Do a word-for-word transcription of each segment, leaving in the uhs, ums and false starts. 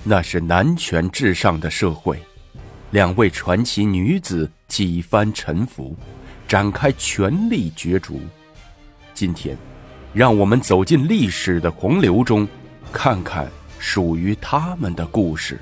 那是男权至上的社会，两位传奇女子几番沉浮，展开权力角逐。今天，让我们走进历史的洪流中，看看属于他们的故事。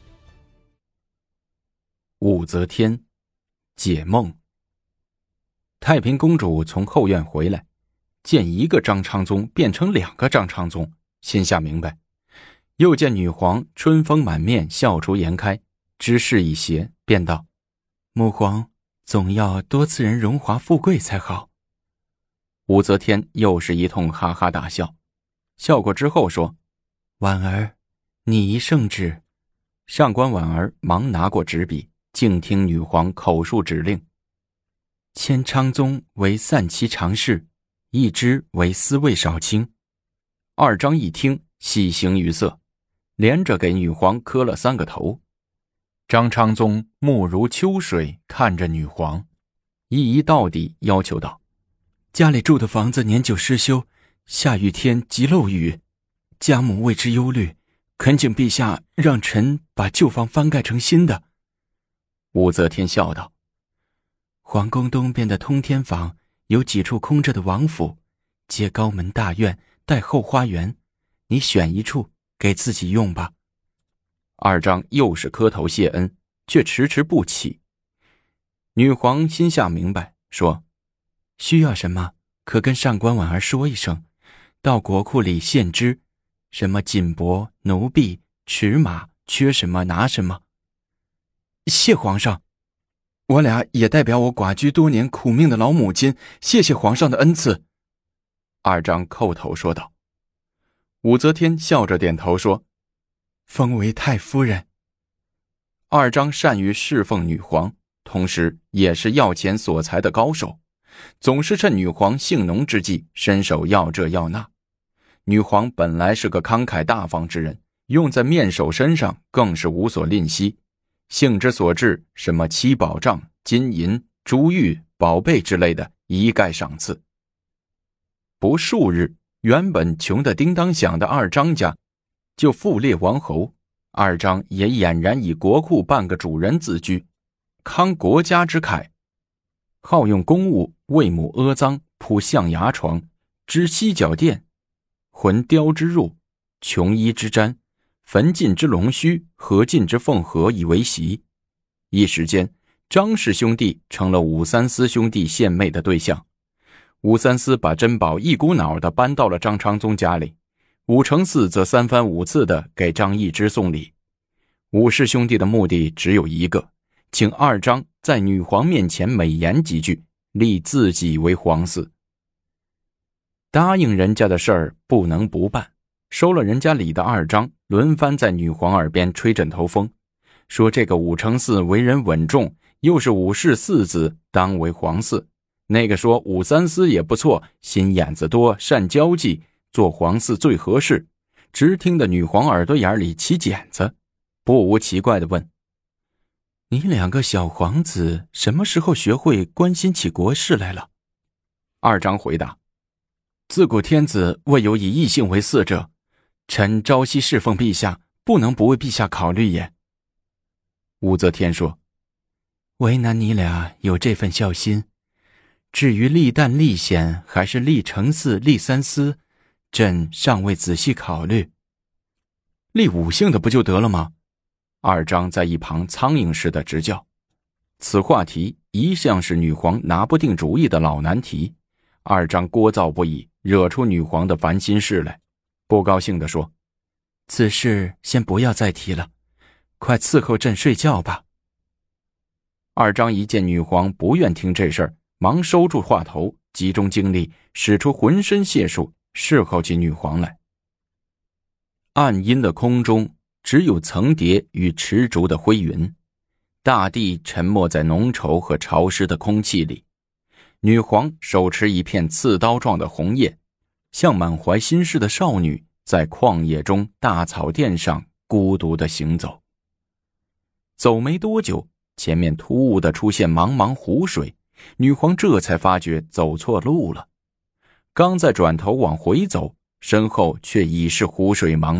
武则天解梦。太平公主从后院回来，见一个张昌宗变成两个张昌宗，心下明白。又见女皇春风满面，笑逐颜开，知事已歇，便道：母皇总要多赐人荣华富贵才好。武则天又是一通哈哈大笑，笑过之后说：婉儿，你一圣旨。上官婉儿忙拿过纸笔，静听女皇口述指令。迁昌宗为散骑常侍，一之为司卫少卿。二张一听，喜形于色，连着给女皇磕了三个头。张昌宗目如秋水看着女皇，一一到底要求道：家里住的房子年久失修，下雨天即漏雨，家母为之忧虑，恳请陛下让臣把旧房翻盖成新的。武则天笑道：皇宫东边的通天坊有几处空着的王府，皆高门大院，带后花园，你选一处给自己用吧。二张又是磕头谢恩，却迟迟不起。女皇心下明白，说：需要什么可跟上官婉儿说一声，到国库里现支，什么锦帛奴婢尺码，缺什么拿什么。谢皇上，我俩也代表我寡居多年苦命的老母亲，谢谢皇上的恩赐。二张叩头说道。武则天笑着点头说：封为太夫人。二张善于侍奉女皇，同时也是要钱索财的高手，总是趁女皇性浓之际伸手要这要那。女皇本来是个慷慨大方之人，用在面首身上更是无所吝惜，性之所至，什么七宝杖、金银、珠玉、宝贝之类的，一概赏赐。不数日，原本穷得叮当响的二张家就富列王侯，二张也俨然以国库半个主人自居，慷国家之慨，好用公务为母阿臧，铺象牙床，织犀角垫，浑雕之褥，琼衣之毡，焚尽之龙须，合尽之凤盒以为席。一时间，张氏兄弟成了武三思兄弟献媚的对象。武三思把珍宝一股脑地搬到了张昌宗家里，武承嗣则三番五次地给张易之送礼。武氏兄弟的目的只有一个，请二张在女皇面前美言几句，立自己为皇嗣。答应人家的事儿不能不办，收了人家礼的二张轮番在女皇耳边吹枕头风，说这个武承嗣为人稳重，又是武氏四子，当为皇嗣。那个说武三思也不错，心眼子多，善交际，做皇嗣最合适。直听得女皇耳朵眼里起茧子，不无奇怪地问：你两个小皇子什么时候学会关心起国事来了？二张回答：自古天子未有以异性为嗣者，臣朝夕侍奉陛下，不能不为陛下考虑也。武则天说：为难你俩有这份孝心，至于立旦立显还是立承嗣立三思，朕尚未仔细考虑。立五姓的不就得了吗？二张在一旁苍蝇似的直叫。此话题一向是女皇拿不定主意的老难题，二张聒噪不已，惹出女皇的烦心事来，不高兴地说：此事先不要再提了，快伺候朕睡觉吧。二张一见女皇不愿听这事儿，忙收住话头，集中精力，使出浑身解数，侍候起女皇来。暗阴的空中只有层叠与池竹的灰云，大地沉没在浓稠和潮湿的空气里。女皇手持一片刺刀状的红叶，像满怀心事的少女，在旷野中大草甸上孤独地行走。走没多久，前面突兀地出现茫茫湖水，女皇这才发觉走错路了。刚在转头往回走，身后却已是湖水茫茫，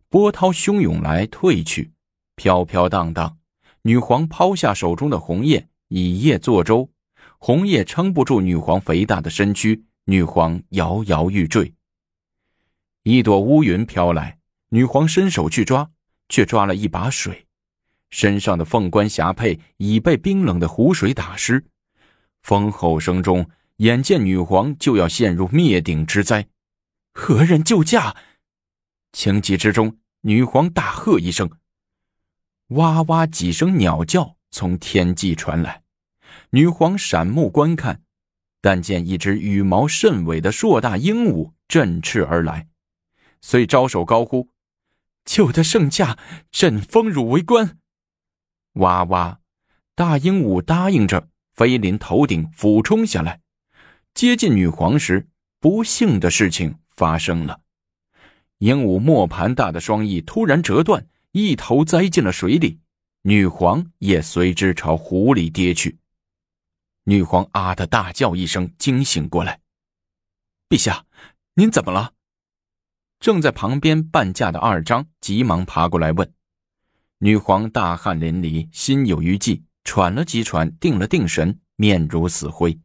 波涛汹涌来退去，飘飘荡荡，女皇抛下手中的红叶，以叶作舟，红叶撑不住女皇肥大的身躯，女皇摇摇欲坠。一朵乌云飘来，女皇伸手去抓，却抓了一把水，身上的凤冠霞帔已被冰冷的湖水打湿。风吼声中，眼见女皇就要陷入灭顶之灾，何人救驾？情急之中，女皇大喝一声，哇哇几声鸟叫从天际传来。女皇闪目观看，但见一只羽毛甚伟的硕大鹦鹉振翅而来，遂招手高呼：救得圣驾，朕封汝为官。哇哇，大鹦鹉答应着飞临头顶，俯冲下来。接近女皇时，不幸的事情发生了。鹦鹉磨盘大的双翼突然折断，一头栽进了水里，女皇也随之朝湖里跌去。女皇啊的大叫一声，惊醒过来。陛下，您怎么了？正在旁边伴驾的二张急忙爬过来问。女皇大汗淋漓，心有余悸，喘了几喘，定了定神，面如死灰。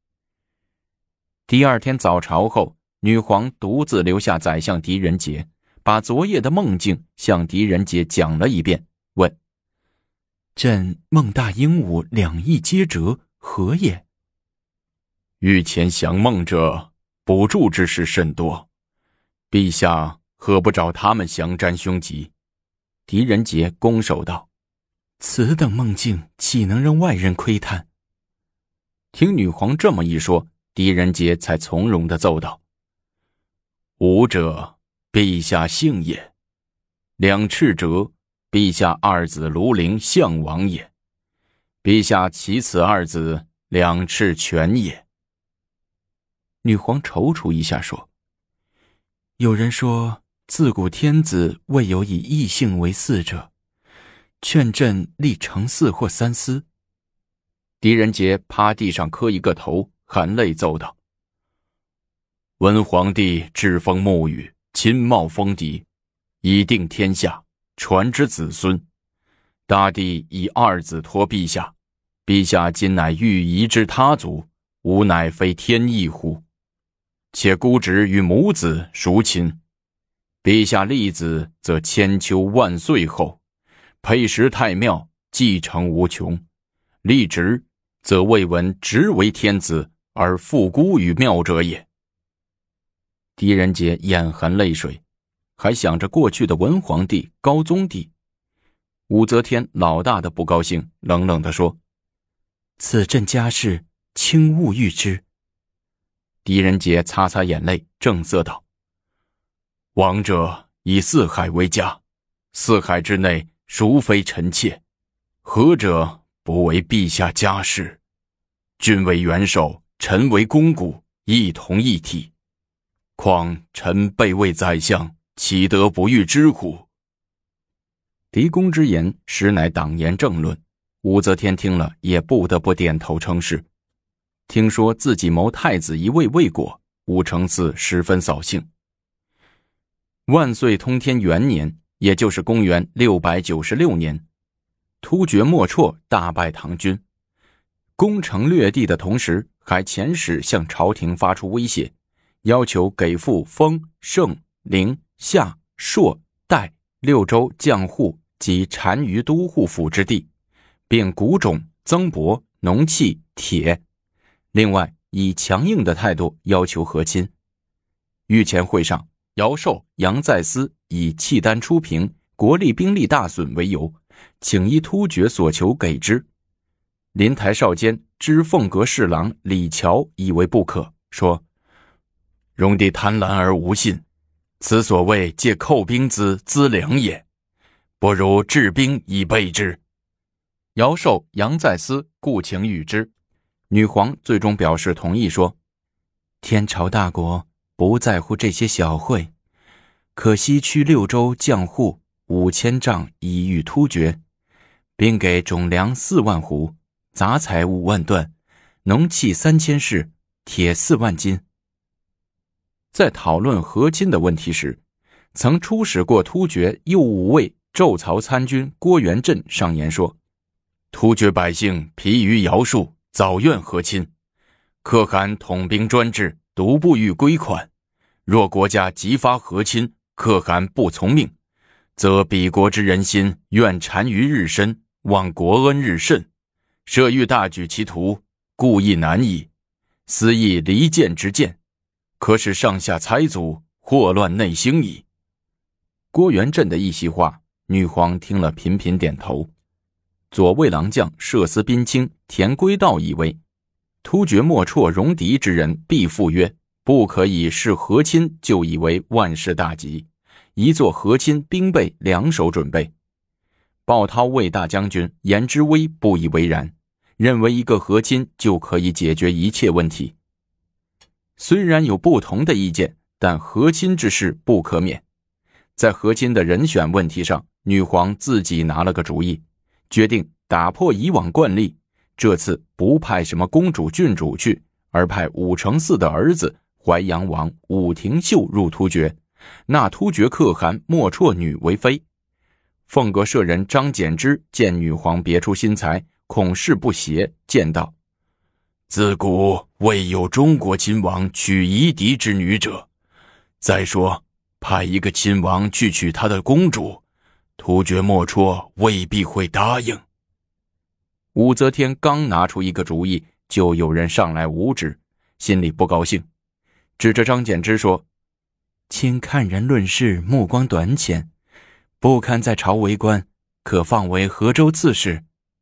第二天早朝后，女皇独自留下宰相狄仁杰，把昨夜的梦境向狄仁杰讲了一遍，问：朕梦大鹦鹉两翼皆折，何也？御前降梦者，补助之事甚多，陛下何不找他们详瞻凶吉？狄仁杰拱手道：此等梦境岂能让外人窥探？听女皇这么一说，狄仁杰才从容地奏道：吾者，陛下幸也；两翅折，陛下二子庐陵相王也；陛下其此二子，两翅全也。女皇踌躇一下说：有人说自古天子未有以异姓为嗣者，劝朕立承嗣或三思。狄仁杰趴地上磕一个头，含泪奏道：文皇帝栉风沐雨，亲冒封敌，以定天下，传之子孙。大帝以二子托陛下，陛下今乃欲移之他族，吾乃非天意乎？且姑侄与母子孰亲？陛下立子，则千秋万岁后，配食太庙，继承无穷；立侄，则未闻侄为天子而复孤于庙者也。狄仁杰眼含泪水，还想着过去的文皇帝、高宗帝。武则天老大的不高兴，冷冷地说：此朕家事，卿勿预知。狄仁杰擦擦眼泪，正色道：王者以四海为家，四海之内孰非臣妾？何者不为陛下家事？君为元首，臣为肱骨，一同一体。况臣辈为宰相，岂得不预知乎？狄公之言实乃党言政论，武则天听了也不得不点头称是。听说自己谋太子一位未果，武承嗣十分扫兴。万岁通天元年，也就是公元六百九十六年，突厥莫绰大败唐军，攻城略地的同时，还遣使向朝廷发出威胁，要求给付封、盛、陵、夏、朔、代六州将户及单于都护府之地，并谷种、增帛、农器、铁。另外，以强硬的态度要求和亲。御前会上，姚寿、杨再思以契丹出平、国力兵力大损为由，请依突厥所求给之。临台少监知凤阁侍郎李峤以为不可，说：荣帝贪婪而无信，此所谓借寇兵资资粮也，不如治兵以备之。姚寿、杨再思故请与之。女皇最终表示同意，说：天朝大国不在乎这些小惠，可惜区六州将户五千丈以御突厥，并给种粮四万斛，杂财五万段，农器三千室，铁四万斤。在讨论和亲的问题时， 曾出使过突厥右武卫骤曹参军郭元振上言说，突厥百姓疲于徭戍，早愿和亲，可汗统兵专制，独不予归款，若国家急发和亲，可汗不从命，则彼国之人心愿单于日深，望国恩日甚，设欲大举其徒，故亦难矣。斯亦离间之见，可使上下猜阻，祸乱内兴矣。郭元振的一席话，女皇听了频频点头。左卫郎将舍司宾卿田归道以为，突厥莫辍戎狄之人必附约，不可以视和亲就以为万事大吉，宜做和亲兵备两手准备。鲍涛卫大将军颜之威不以为然，认为一个和亲就可以解决一切问题。虽然有不同的意见，但和亲之事不可免。在和亲的人选问题上，女皇自己拿了个主意，决定打破以往惯例，这次不派什么公主郡主去，而派武承嗣的儿子淮阳王武廷秀入突厥，纳突厥可汗莫辍女为妃。凤阁舍人张柬之见女皇别出心裁，恐事不协，谏道：自古未有中国亲王娶夷狄之女者，再说派一个亲王去娶他的公主，突厥莫辍未必会答应。武则天刚拿出一个主意，就有人上来阻止，心里不高兴，指着张柬之说：卿看人论事，目光短浅，不堪在朝为官，可放为河州刺史。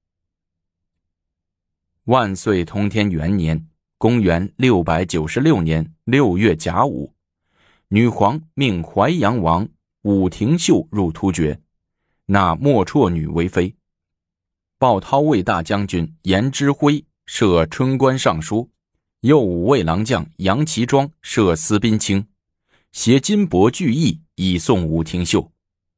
万岁通天元年，公元六百九十六年六月甲午，女皇命淮阳王武廷秀入突厥，纳莫辍女为妃。鲍涛卫大将军颜之辉设春官尚书，右武卫郎将杨其庄设司宾卿，携金帛巨义以送武廷秀。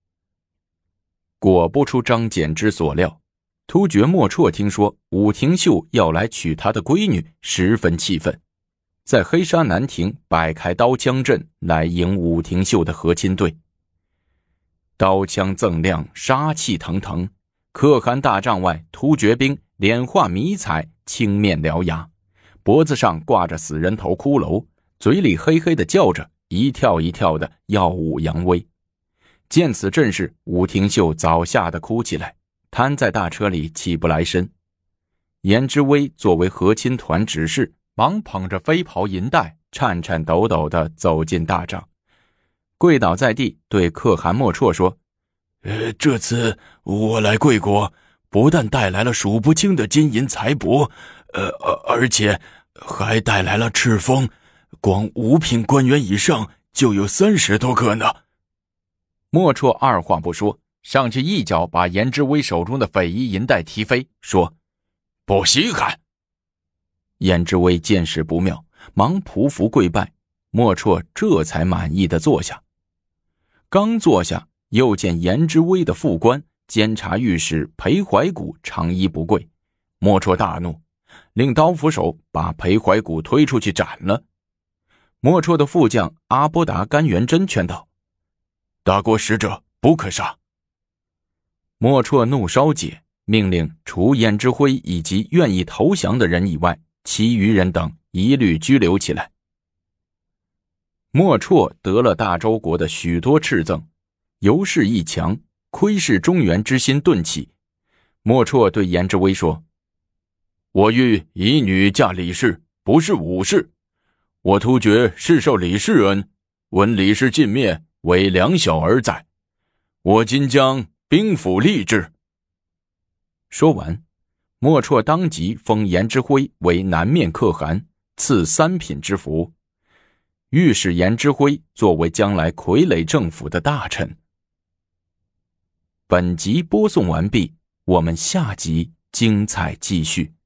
果不出张柬之所料，突厥莫辍听说武廷秀要来娶他的闺女，十分气愤，在黑沙南亭摆开刀枪阵来迎武廷秀的和亲队。刀枪锃亮，杀气腾腾，可汗大帐外，突厥兵脸画迷彩，青面獠牙，脖子上挂着死人头骷髅，嘴里嘿嘿地叫着，一跳一跳的耀武扬威。见此阵势，武廷秀早吓得哭起来，瘫在大车里起不来身。颜之威作为和亲团指示，忙捧着飞袍银带，颤颤抖抖地走进大帐，跪倒在地，对可汗莫辍说：呃，这次我来贵国，不但带来了数不清的金银财帛，呃，而且还带来了敕封，光五品官员以上就有三十多个呢。莫辍二话不说，上去一脚把颜之威手中的匪夷银带踢飞，说：不稀罕。颜之威见势不妙，忙匍匐跪拜，莫辍这才满意地坐下。刚坐下，又见颜之威的副官监察御史裴怀古长揖不跪，莫辍大怒，令刀斧手把裴怀古推出去斩了。莫辍的副将阿波达甘元真劝道：大国使者不可杀。莫辍怒稍解，命令除颜之辉以及愿意投降的人以外，其余人等一律拘留起来。莫辍得了大周国的许多敕赠，由势亦强，窥视中原之心顿起。莫辍对颜之威说：我欲以女嫁李氏，不是武氏。我突厥是受李氏恩，闻李氏尽灭，为两小儿在，我今将兵府立制。说完，莫辍当即封颜之辉为南面可汗，赐三品之服，御史颜之辉作为将来傀儡政府的大臣。本集播送完毕，我们下集精彩继续。